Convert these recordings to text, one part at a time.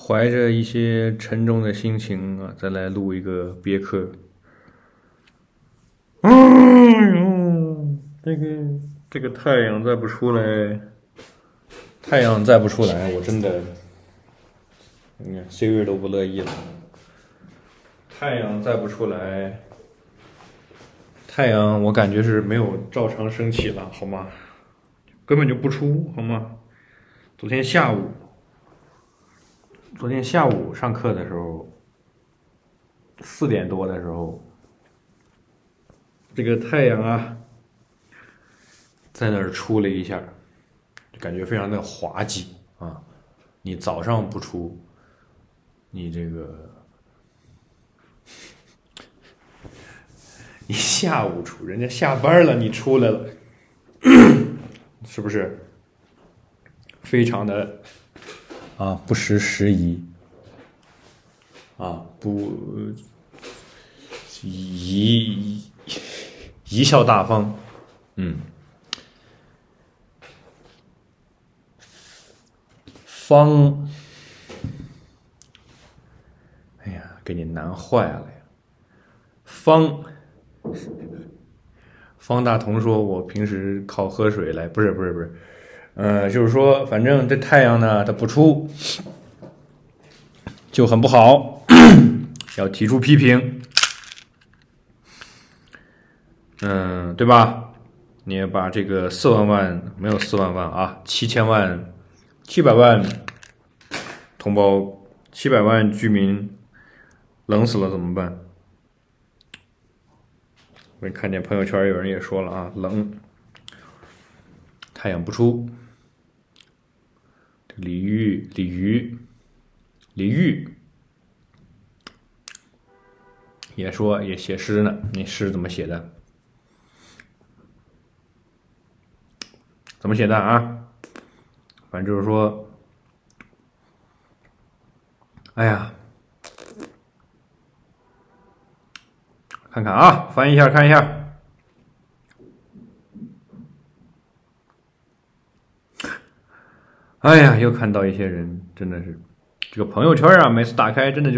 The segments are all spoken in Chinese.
怀着一些沉重的心情啊，再来录一个别克。这个太阳再不出来，我真的，你看 Siri 都不乐意了。太阳再不出来，太阳我感觉是没有照常升起了，好吗？根本就不出，好吗？昨天下午上课的时候，4点多的时候，这个太阳啊，在那儿出了一下，就感觉非常的滑稽啊！你早上不出，你这个，你下午出，人家下班了，你出来了，是不是？非常的啊，不失时宜啊，不贻笑大方，方，哎呀，给你难坏了呀！方大同说：“我平时靠喝水来，不是，就是说，反正这太阳呢，它不出，就很不好，要提出批评，对吧？你也把这个4万没有4万啊，700万同胞，700万居民冷死了怎么办？我看见朋友圈有人也说了啊，冷，太阳不出。李煜也说也写诗呢，你诗怎么写的？怎么写的啊？反正就是说，哎呀，看看啊，翻译一下看一下。哎呀，又看到一些人，真的是这个朋友圈啊，每次打开真的就是，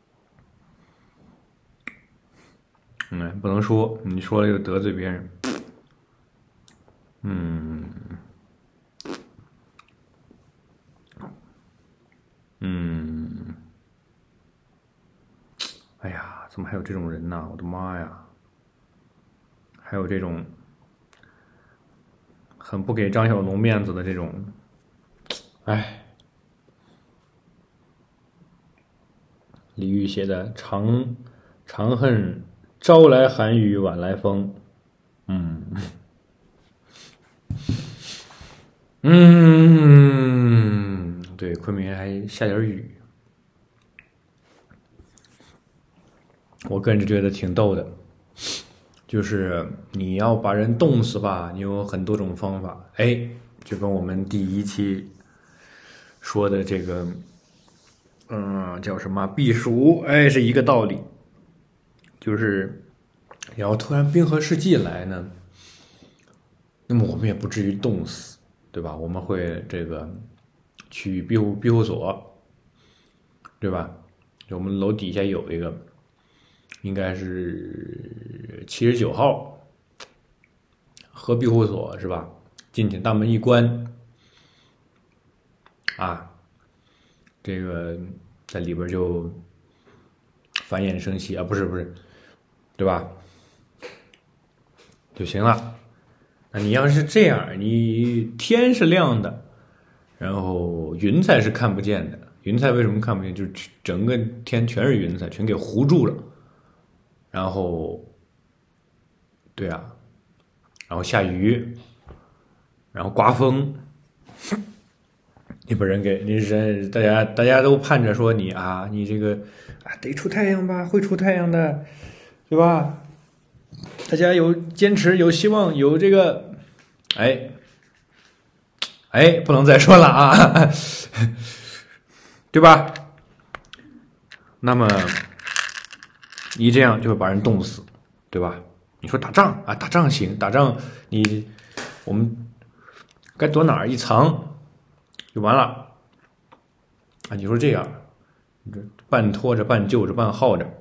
不能说，你说了又得罪别人，哎呀，怎么还有这种人呢？我的妈呀！还有这种很不给张小龙面子的这种，哎，李煜写的长恨朝来寒雨晚来风，对，昆明还下点雨，我个人就觉得挺逗的。就是你要把人冻死吧，你有很多种方法。哎，就跟我们第1期说的这个，叫什么避暑，哎，是一个道理。就是然后突然冰河世纪来呢，那么我们也不至于冻死，对吧？我们会这个去庇护所，对吧？我们楼底下有一个。应该是79号河庇护所是吧？进去大门一关，啊，这个在里边就繁衍生息啊，不是，对吧？就行了。那你要是这样，你天是亮的，然后云彩是看不见的。云彩为什么看不见？就是整个天全是云彩，全给糊住了。然后，对啊，然后下雨，然后刮风，你把人给你人，大家都盼着说你啊，你这个啊得出太阳吧，会出太阳的，对吧？大家有坚持，有希望，有这个，不能再说了啊，对吧？那么。你这样就会把人冻死，对吧？你说打仗啊，打仗行，打仗我们该躲哪儿一藏就完了。 啊，你说这样，半拖着半就着半耗着，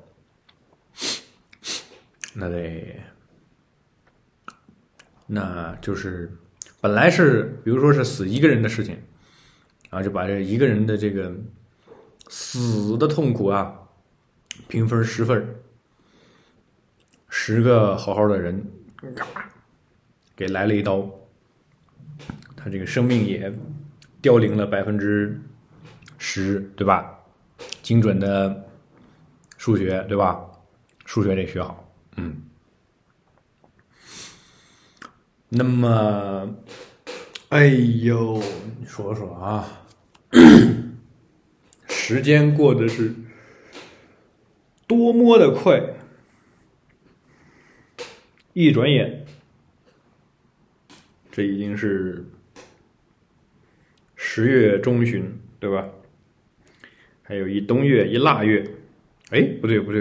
那就是本来是比如说是死一个人的事情，啊，就把这一个人的这个死的痛苦啊评分10分，10个好好的人给来了一刀，他这个生命也凋零了10%，对吧？精准的数学，对吧？数学得学好，那么，哎呦，你说说啊，时间过得是多么的快，一转眼，这已经是10月中旬，对吧？还有一冬月，一腊月，哎，不对，不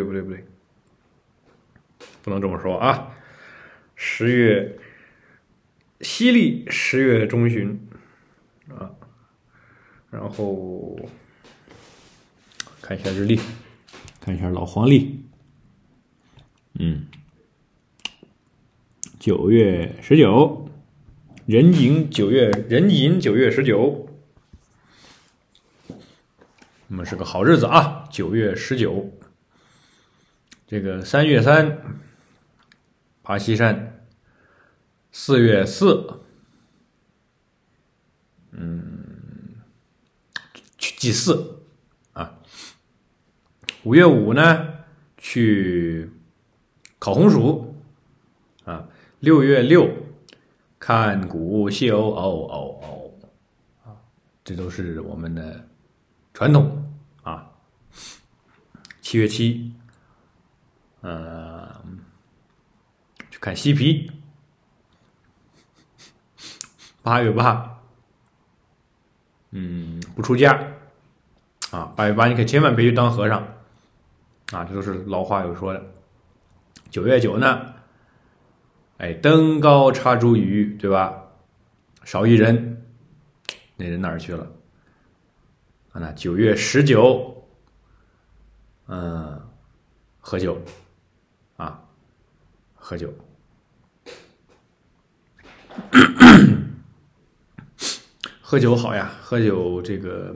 能这么说啊！10月。西历10月中旬啊，然后看一下日历，看一下老黄历，9月19，壬寅9月19，那么是个好日子啊，9月19，这个3月3，爬西山。4月4，去祭祀啊。5月5呢，去烤红薯啊。6月6，看谷秀啊，这都是我们的传统啊。7月7，去看嬉皮。8月8，不出家啊。8月8，你可千万别去当和尚啊，这都是老话有说的。9月9呢，哎，登高插茱萸，对吧？少一人，那人哪儿去了？啊，那9月19，喝酒啊，喝酒。喝酒好呀，喝酒这个，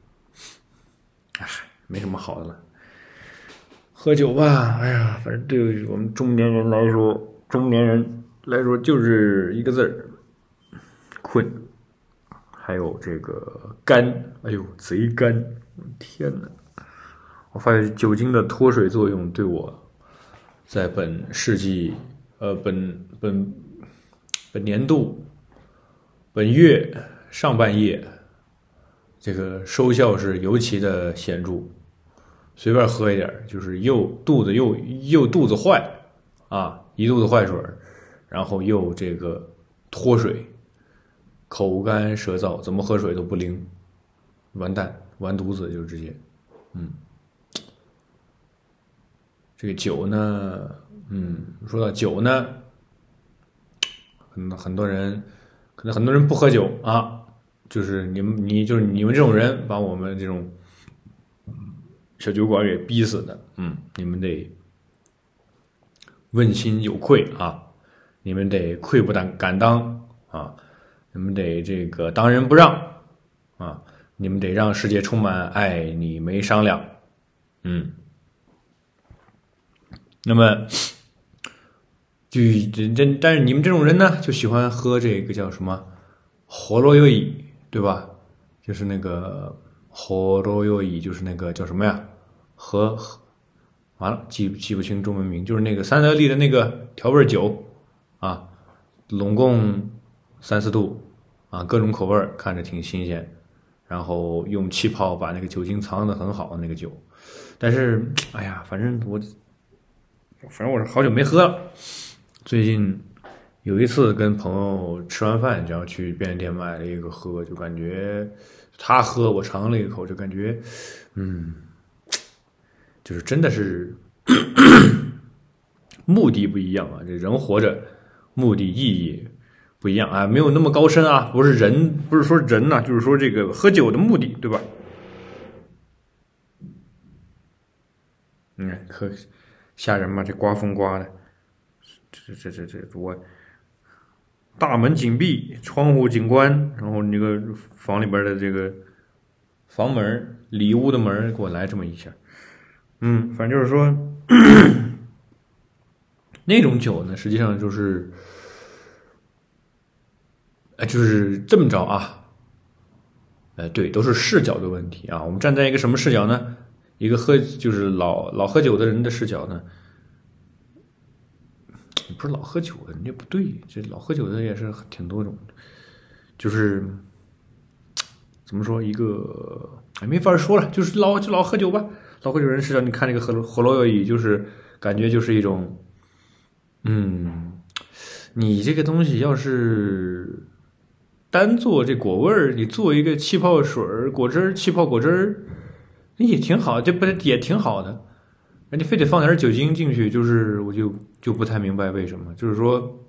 没什么好的了。喝酒吧，哎呀，反正对于我们中年人来说，就是一个字儿，困。还有这个干，哎呦，贼干！天哪！我发现酒精的脱水作用对我，在本世纪，本年度，本月。上半夜，这个收效是尤其的显著，随便喝一点，就是又肚子坏啊，一肚子坏水，然后又这个脱水，口干舌燥，怎么喝水都不灵，完蛋，完犊子就直接，这个酒呢，说到酒呢，可能很多人不喝酒啊。就是你们这种人把我们这种小酒馆给逼死的，你们得问心有愧啊，你们得愧不敢当啊，你们得这个当仁不让啊，你们得让世界充满爱你没商量，那么但是你们这种人呢，就喜欢喝这个叫什么活络优饮。对吧？就是那个活络优饮，就是那个叫什么呀？完了记不清中文名，就是那个三得利的那个调味酒啊，拢共3-4度啊，各种口味看着挺新鲜，然后用气泡把那个酒精藏得很好的那个酒。但是哎呀，反正我是好久没喝了，最近。有一次跟朋友吃完饭，然后去便利店买了一个喝，就感觉他喝，我尝了一口，就感觉，就是真的是目的不一样啊！这人活着，目的意义不一样啊，没有那么高深啊，不是说人呐，就是说这个喝酒的目的，对吧？ 可吓人嘛，这刮风刮的，我大门紧闭，窗户紧关，然后那个房里边的这个房门里屋的门给我来这么一下，反正就是说那种酒呢，实际上就是这么着啊，对，都是视角的问题啊。我们站在一个什么视角呢？一个就是老喝酒的人的视角呢，不是老喝酒的，那不对，这老喝酒的也是挺多种的，就是怎么说一个没法说了，就是老喝酒吧，老喝酒人视角，你看这个火罗伊，就是感觉就是一种，你这个东西要是单做这果味儿，你做一个气泡水果汁气泡果汁也挺好，这不也挺好的。那你非得放点酒精进去，就是我就不太明白为什么。就是说，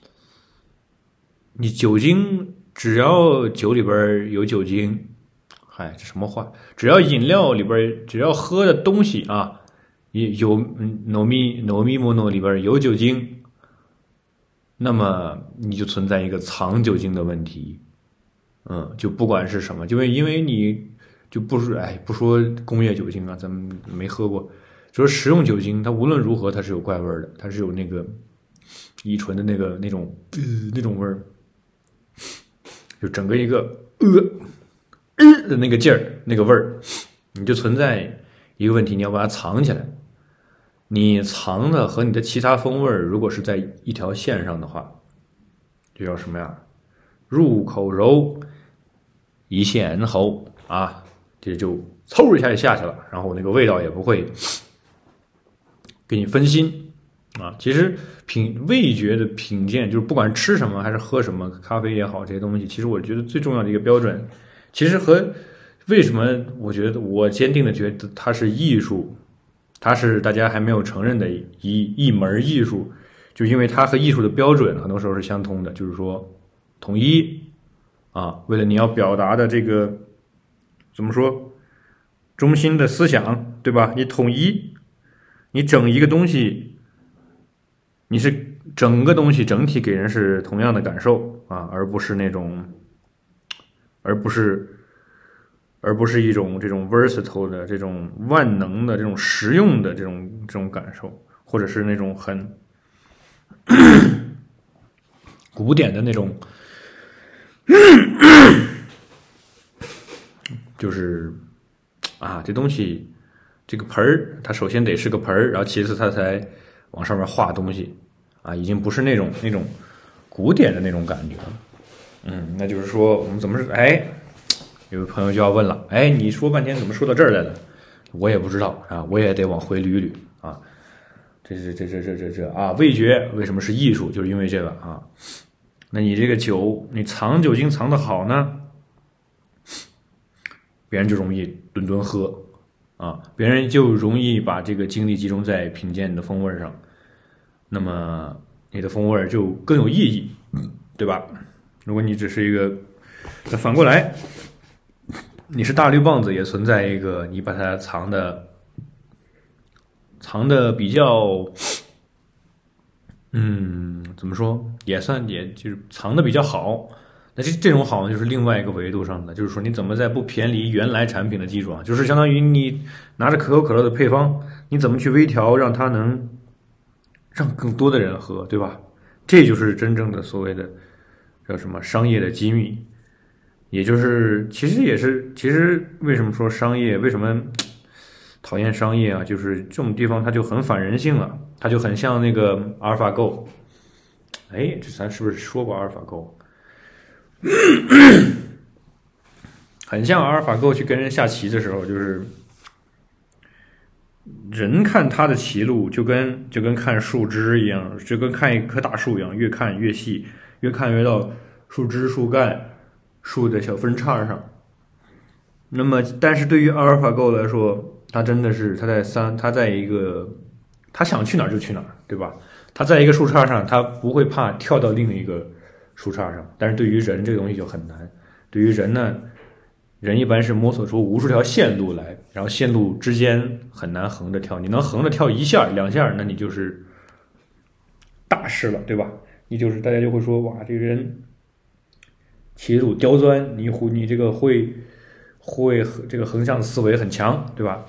你酒精只要酒里边有酒精，嗨，这什么话？只要饮料里边只要喝的东西啊，有糯米莫诺里边有酒精，那么你就存在一个藏酒精的问题。就不管是什么，因为你就不说工业酒精啊，咱们没喝过。就是食用酒精，它无论如何它是有怪味的，它是有那个乙醇的那种味儿，就整个一个的那个劲儿那个味儿，你就存在一个问题，你要把它藏起来。你藏的和你的其他风味如果是在一条线上的话，就叫什么呀？入口柔，一线喉啊，这就嗖一下就下去了，然后那个味道也不会给你分心啊。其实味觉的品鉴，就是不管吃什么还是喝什么，咖啡也好，这些东西，其实我觉得最重要的一个标准，其实和为什么我坚定的觉得它是艺术，它是大家还没有承认的一门艺术，就因为它和艺术的标准很多时候是相通的，就是说统一啊，为了你要表达的这个怎么说中心的思想，对吧？你统一，你整一个东西，你是整个东西整体给人是同样的感受啊，而不是一种这种 versatile 的这种万能的这种实用的这种感受，或者是那种很古典的那种，就是这东西这个盆儿，它首先得是个盆儿，然后其次它才往上面画东西啊，已经不是那种古典的那种感觉了。那就是说我们怎么是有个朋友就要问了，你说半天怎么说到这儿来了？我也不知道啊，我也得往回捋啊。这味觉为什么是艺术？就是因为这个啊。那你这个酒，你藏酒精藏得好呢，别人就容易顿顿喝啊，别人就容易把这个精力集中在品鉴你的风味上，那么你的风味就更有意义，对吧？如果你只是一个，那反过来，你是大绿棒子，也存在一个你把它藏的比较，怎么说，也就是藏的比较好。那这种好就是另外一个维度上的，就是说你怎么在不偏离原来产品的基础上，就是相当于你拿着可口可乐的配方，你怎么去微调，让它能让更多的人喝，对吧？这就是真正的所谓的叫什么商业的机密。也就是其实为什么说商业，为什么讨厌商业啊？就是这种地方它就很反人性了，它就很像那个阿尔法狗。这咱是不是说过阿尔法狗？很像阿尔法狗去跟人下棋的时候，就是人看他的棋路就跟看树枝一样，就跟看一棵大树一样，越看越细，越看越到树枝、树干、树的小分叉上。那么，但是对于阿尔法狗来说，它真的是它在一个它想去哪儿就去哪儿，对吧？它在一个树杈上，它不会怕跳到另一个树杈上。但是对于人这个东西就很难。对于人呢， 人一般是摸索出无数条线路来，然后线路之间很难横着跳，你能横着跳一下两下，那你就是大师了，对吧？你就是大家就会说，哇，这个人棋路刁钻，你这个会这个横向思维很强，对吧？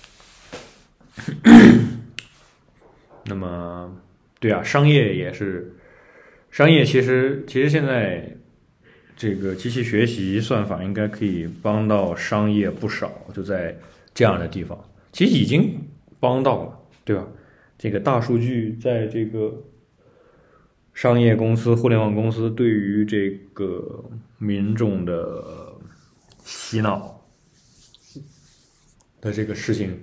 那么，对啊，商业也是，商业其实现在这个机器学习算法应该可以帮到商业不少，就在这样的地方，其实已经帮到了，对吧？这个大数据在这个商业公司、互联网公司对于这个民众的洗脑的这个事情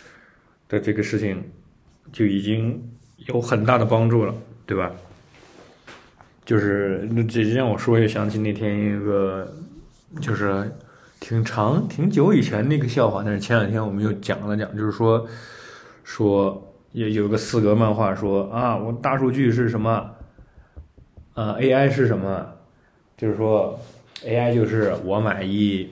就已经有很大的帮助了，对吧？就是这让我说，也想起那天一个就是挺久以前那个笑话，但是前两天我们又讲了讲，就是说也有个四格漫画说啊，我大数据是什么？AI 是什么？就是说 AI 就是我买一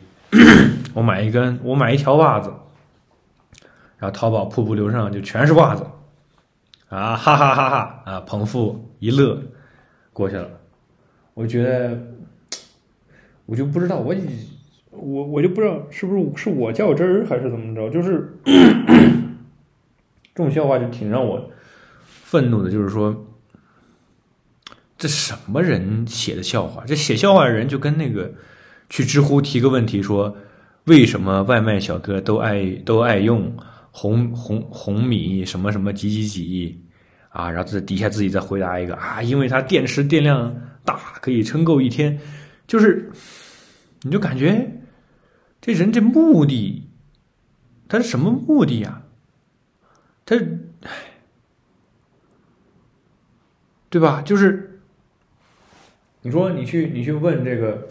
条袜子，然后淘宝瀑布流上就全是袜子，啊哈哈哈哈啊，捧腹一乐过去了。我觉得我就不知道我就不知道是不是我较真儿还是怎么着，就是这种笑话就挺让我愤怒的，就是说这什么人写的笑话？这写笑话的人就跟那个去知乎提个问题说，为什么外卖小哥都爱用红米什么什么几啊？然后这底下自己再回答一个啊，因为它电池电量大，可以撑够一天。就是你就感觉这人这目的，他是什么目的呀？他对吧？就是你说你去问这个，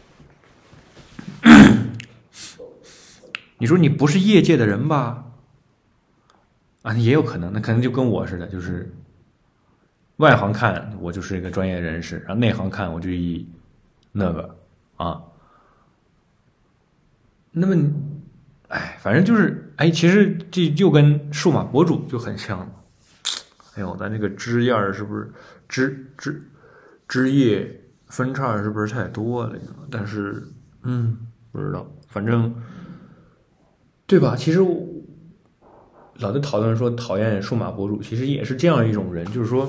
你说你不是业界的人吧？啊，也有可能，那可能就跟我似的，就是外行看我就是一个专业人士，然后内行看我就一那个啊。那么，反正就是，其实这就跟数码博主就很像。哎呦，咱这个枝叶是不是枝叶分叉是不是太多了？但是，不知道，反正对吧？其实老在讨论说讨厌数码博主，其实也是这样一种人，就是说，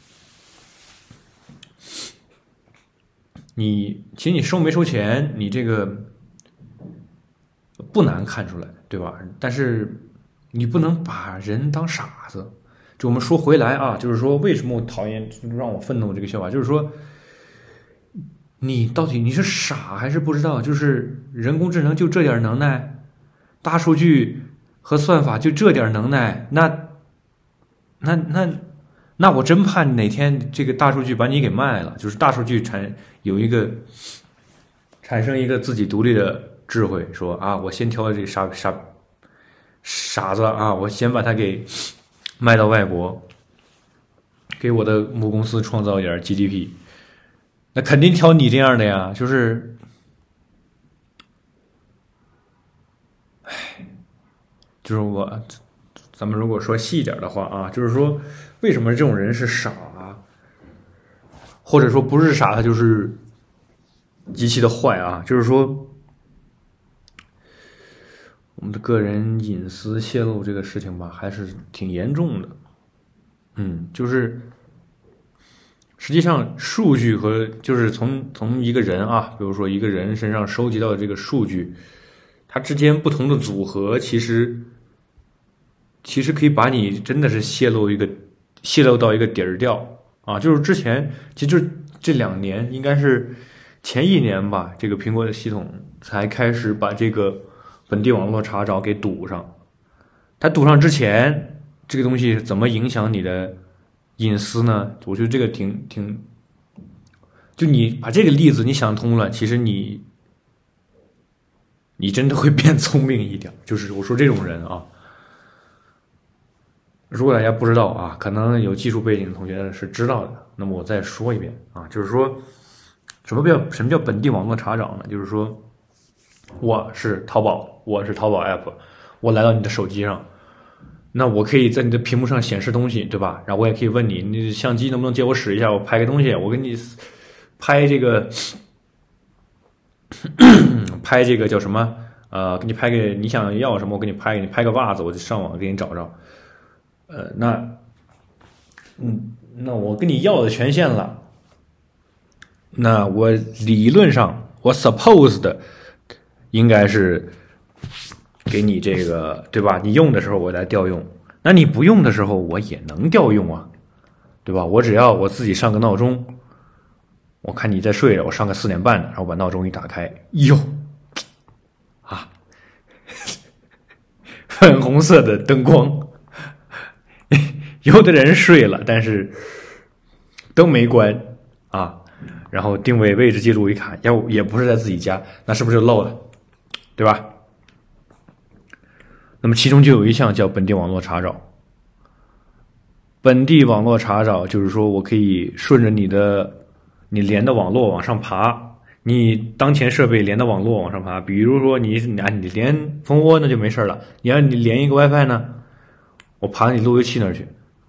其实你收没收钱，你这个不难看出来，对吧？但是你不能把人当傻子。就我们说回来啊，就是说为什么我讨厌让我愤怒这个笑话，就是说你到底你是傻还是不知道？就是人工智能就这点能耐，大数据和算法就这点能耐，那我真怕哪天这个大数据把你给卖了，就是大数据产生一个自己独立的智慧，说啊，我先挑这个傻子啊，我先把它给卖到外国，给我的母公司创造一点 GDP， 那肯定挑你这样的呀，就是，就是咱们如果说细一点的话啊，就是说为什么这种人是傻，或者说不是傻，他就是极其的坏啊，就是说我们的个人隐私泄露这个事情吧，还是挺严重的。就是实际上数据和就是从一个人啊，比如说一个人身上收集到的这个数据，它之间不同的组合，其实可以把你真的是泄露到一个底儿掉啊。就是之前其实就是这2年，应该是前1年吧，这个苹果的系统才开始把这个本地网络查找给堵上。它堵上之前，这个东西怎么影响你的隐私呢？我觉得这个就你把这个例子你想通了，其实你真的会变聪明一点。就是我说这种人啊，如果大家不知道啊，可能有技术背景的同学是知道的，那么我再说一遍啊，就是说什么叫本地网络查找呢？就是说我是淘宝 app， 我来到你的手机上，那我可以在你的屏幕上显示东西，对吧？然后我也可以问你，你相机能不能借我使一下？我拍个东西，我给你拍这个拍这个叫什么？给你拍个你想要什么，我给你拍个袜子，我就上网给你找找。那我跟你要的权限了，那我理论上我 suppose 应该是给你这个，对吧？你用的时候我来调用，那你不用的时候我也能调用啊，对吧？我只要我自己上个闹钟，我看你在睡着，我上个4点半，然后把闹钟一打开，哟，啊，粉红色的灯光，有的人睡了，但是灯没关啊，然后定位位置记录一看，也不是在自己家，那是不是就漏了，对吧？那么其中就有一项叫本地网络查找。本地网络查找就是说我可以顺着你连的网络往上爬，你当前设备连的网络往上爬，比如说你连蜂窝那就没事了，你连一个 WiFi 呢，我爬你路由器那儿去。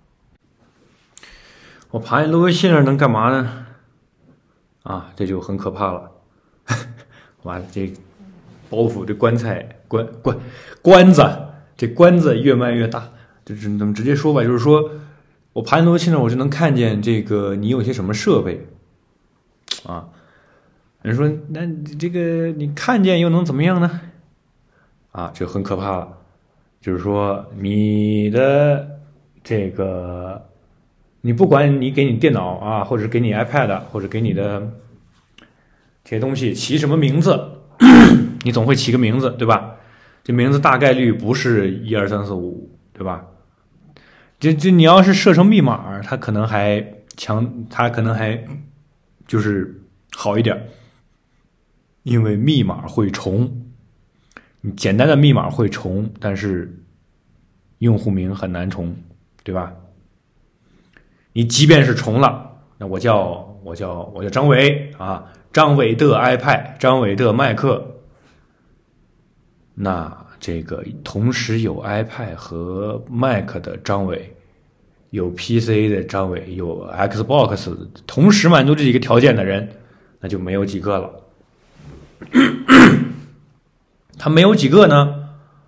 我爬你路由器那儿能干嘛呢？啊，这就很可怕了。完了，这包袱这棺材关子，这关子越卖越大。就是怎么直接说吧，就是说我爬你路由器那儿，我就能看见这个你有些什么设备啊。人说那这个你看见又能怎么样呢？啊，这很可怕了。就是说你的这个。你不管你给你电脑啊，或者给你 iPad， 或者给你的这些东西起什么名字，你总会起个名字，对吧？这名字大概率不是1 2 3 4 5，对吧？这你要是设成密码，它可能还就是好一点，因为密码会重，你简单的密码会重，但是用户名很难重，对吧？你即便是重了，那我叫张伟啊，张伟的 iPad， 张伟的麦克。那这个同时有 iPad 和 Mac 的张伟，有 PC 的张伟，有 Xbox， 同时满足这几个条件的人，那就没有几个了。他没有几个呢，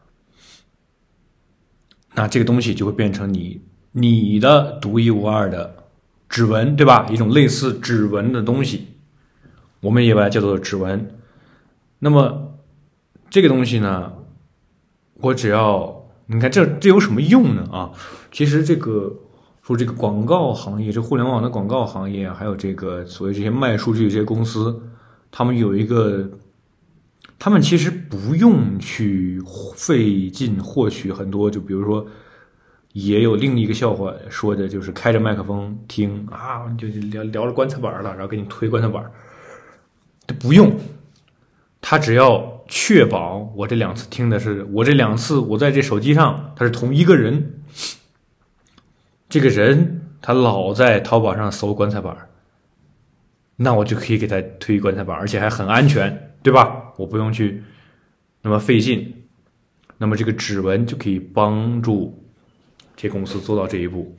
那这个东西就会变成你的独一无二的指纹，对吧？一种类似指纹的东西，我们也把它叫做指纹。那么这个东西呢，我只要你看这有什么用呢？啊，其实这个广告行业，这互联网的广告行业，还有这个所谓这些卖数据这些公司，他们有一个，他们其实不用去费劲获取很多，就比如说。也有另一个笑话说的就是开着麦克风听啊，就聊着棺材板了，然后给你推棺材板，这不用，他只要确保我这2次听的是我这2次我在这手机上他是同一个人，这个人他老在淘宝上搜棺材板，那我就可以给他推棺材板，而且还很安全，对吧？我不用去那么费劲，那么这个指纹就可以帮助这公司做到这一步。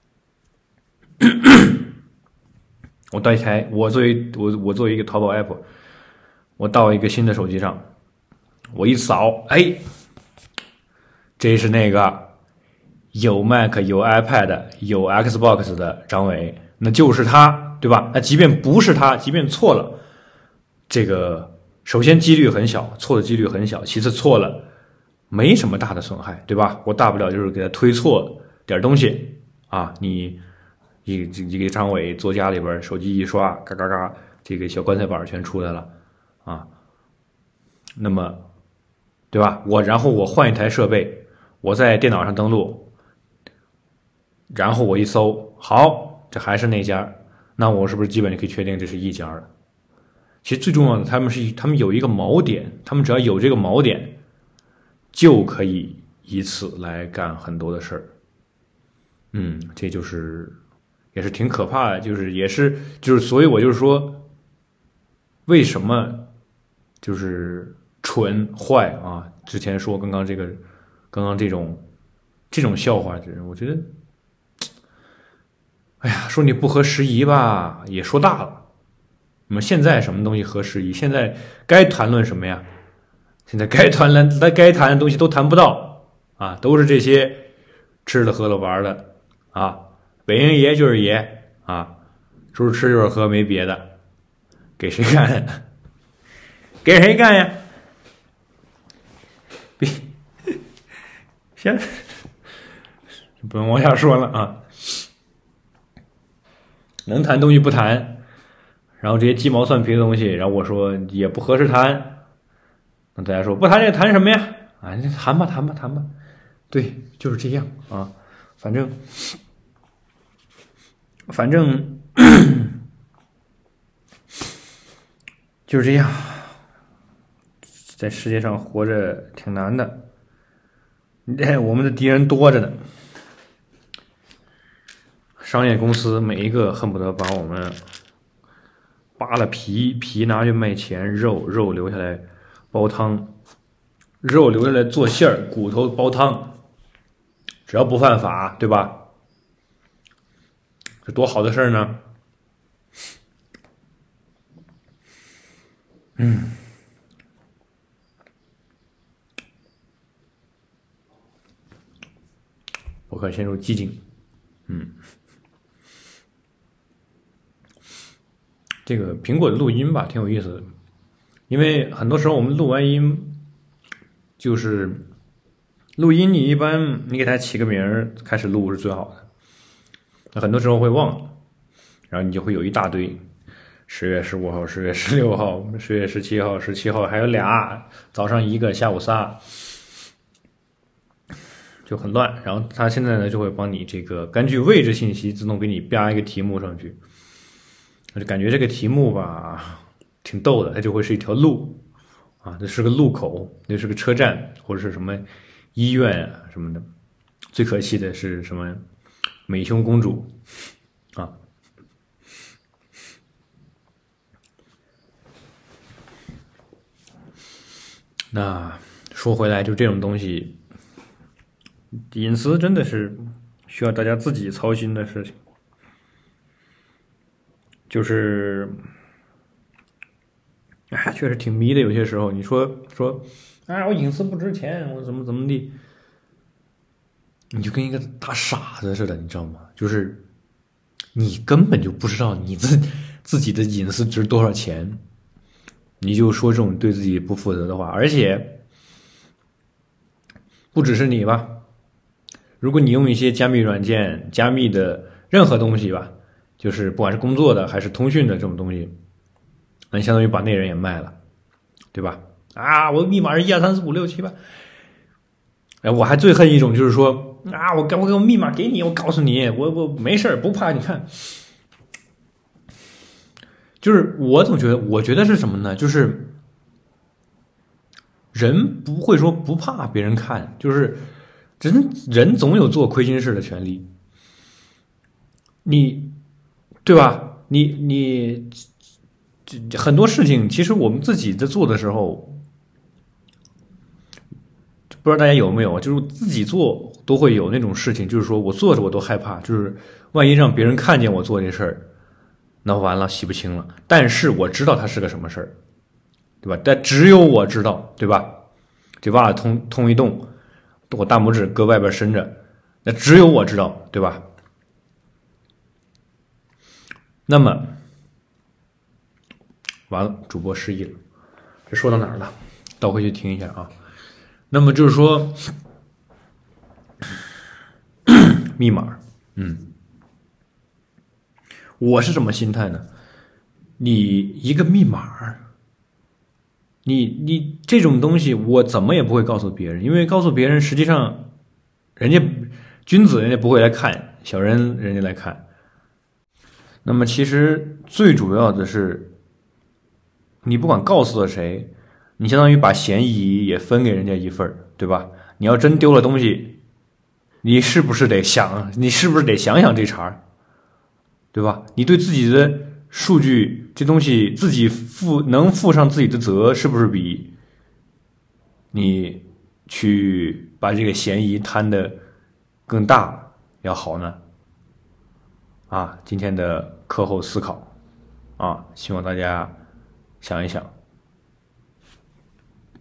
我作为一个淘宝 app， 我到一个新的手机上，我一扫，哎，这是那个有 Mac 有 iPad 有 Xbox 的张伟，那就是他，对吧？那即便不是他，即便错了，这个首先几率很小，错的几率很小，其次错了没什么大的损害，对吧？我大不了就是给他推错点东西啊，你一个张伟坐家里边，手机一刷，嘎嘎嘎，这个小棺材板全出来了啊。那么，对吧？然后我换一台设备，我在电脑上登录，然后我一搜，好，这还是那家，那我是不是基本就可以确定这是一家了？其实最重要的，他们有一个锚点，他们只要有这个锚点，就可以以此来干很多的事儿。这就是也是挺可怕的，所以我就是说，为什么就是蠢坏啊！之前说刚刚这种笑话，我觉得，哎呀，说你不合时宜吧，也说大了。那么现在什么东西合时宜？现在该谈论什么呀？现在该谈的东西都谈不到啊，都是这些吃的喝的玩的啊。北京爷就是爷啊，说是吃就是喝，没别的。给谁干？给谁干呀？行，不能往下说了啊。能谈东西不谈，然后这些鸡毛蒜皮的东西，然后我说也不合适谈。那大家说不谈这谈什么呀？啊，谈吧。对，就是这样啊。反正就是这样，在世界上活着挺难的。我们的敌人多着呢，商业公司每一个恨不得把我们扒了皮拿去卖钱，肉留下来煲汤，肉留下来做馅儿，骨头煲汤，只要不犯法，对吧？这多好的事儿呢！我可陷入寂静。这个苹果的录音吧，挺有意思的，因为很多时候我们录完音，就是录音，你一般你给它起个名儿，开始录是最好的。那很多时候会忘了，然后你就会有一大堆，10月15号、10月16号、10月17号、17号，还有俩，早上一个，下午仨，就很乱。然后它现在呢就会帮你这个根据位置信息自动给你标一个题目上去。我就感觉这个题目吧挺逗的，它就会是一条路啊，这是个路口，这是个车站或者是什么医院啊什么的。最可气的是什么美胸公主啊。那说回来，就这种东西，隐私真的是需要大家自己操心的事情。就是，哎，确实挺迷的。有些时候，你说，啊，我隐私不值钱，我怎么地，你就跟一个大傻子似的，你知道吗？就是你根本就不知道你自己的隐私值多少钱，你就说这种对自己不负责的话，而且不只是你吧，如果你用一些加密软件、加密的任何东西吧。就是不管是工作的还是通讯的这种东西，那你相当于把那人也卖了，对吧？啊，我的密码是123456778。哎，我还最恨一种就是说啊，我密码给你，我告诉你，我没事不怕。你看，就是我觉得是什么呢？就是人不会说不怕别人看，就是人总有做亏心事的权利，对吧？你很多事情，其实我们自己在做的时候，不知道大家有没有，就是自己做都会有那种事情，就是说我做着我都害怕，就是万一让别人看见我做这事儿，那完了洗不清了。但是我知道它是个什么事儿，对吧？但只有我知道，对吧？这袜子通一洞，我大拇指搁外边伸着，那只有我知道，对吧？那么完了，主播失忆了，这说到哪儿了？倒回去听一下啊。那么就是说，密码，我是什么心态呢？你一个密码，你这种东西，我怎么也不会告诉别人，因为告诉别人，实际上，人家君子人家不会来看，小人人家来看。那么其实最主要的是，你不管告诉了谁，你相当于把嫌疑也分给人家一份，对吧？你要真丢了东西，你是不是得想想这茬，对吧？你对自己的数据这东西自己能负上自己的责，是不是比你去把这个嫌疑摊得更大要好呢？今天的课后思考希望大家想一想。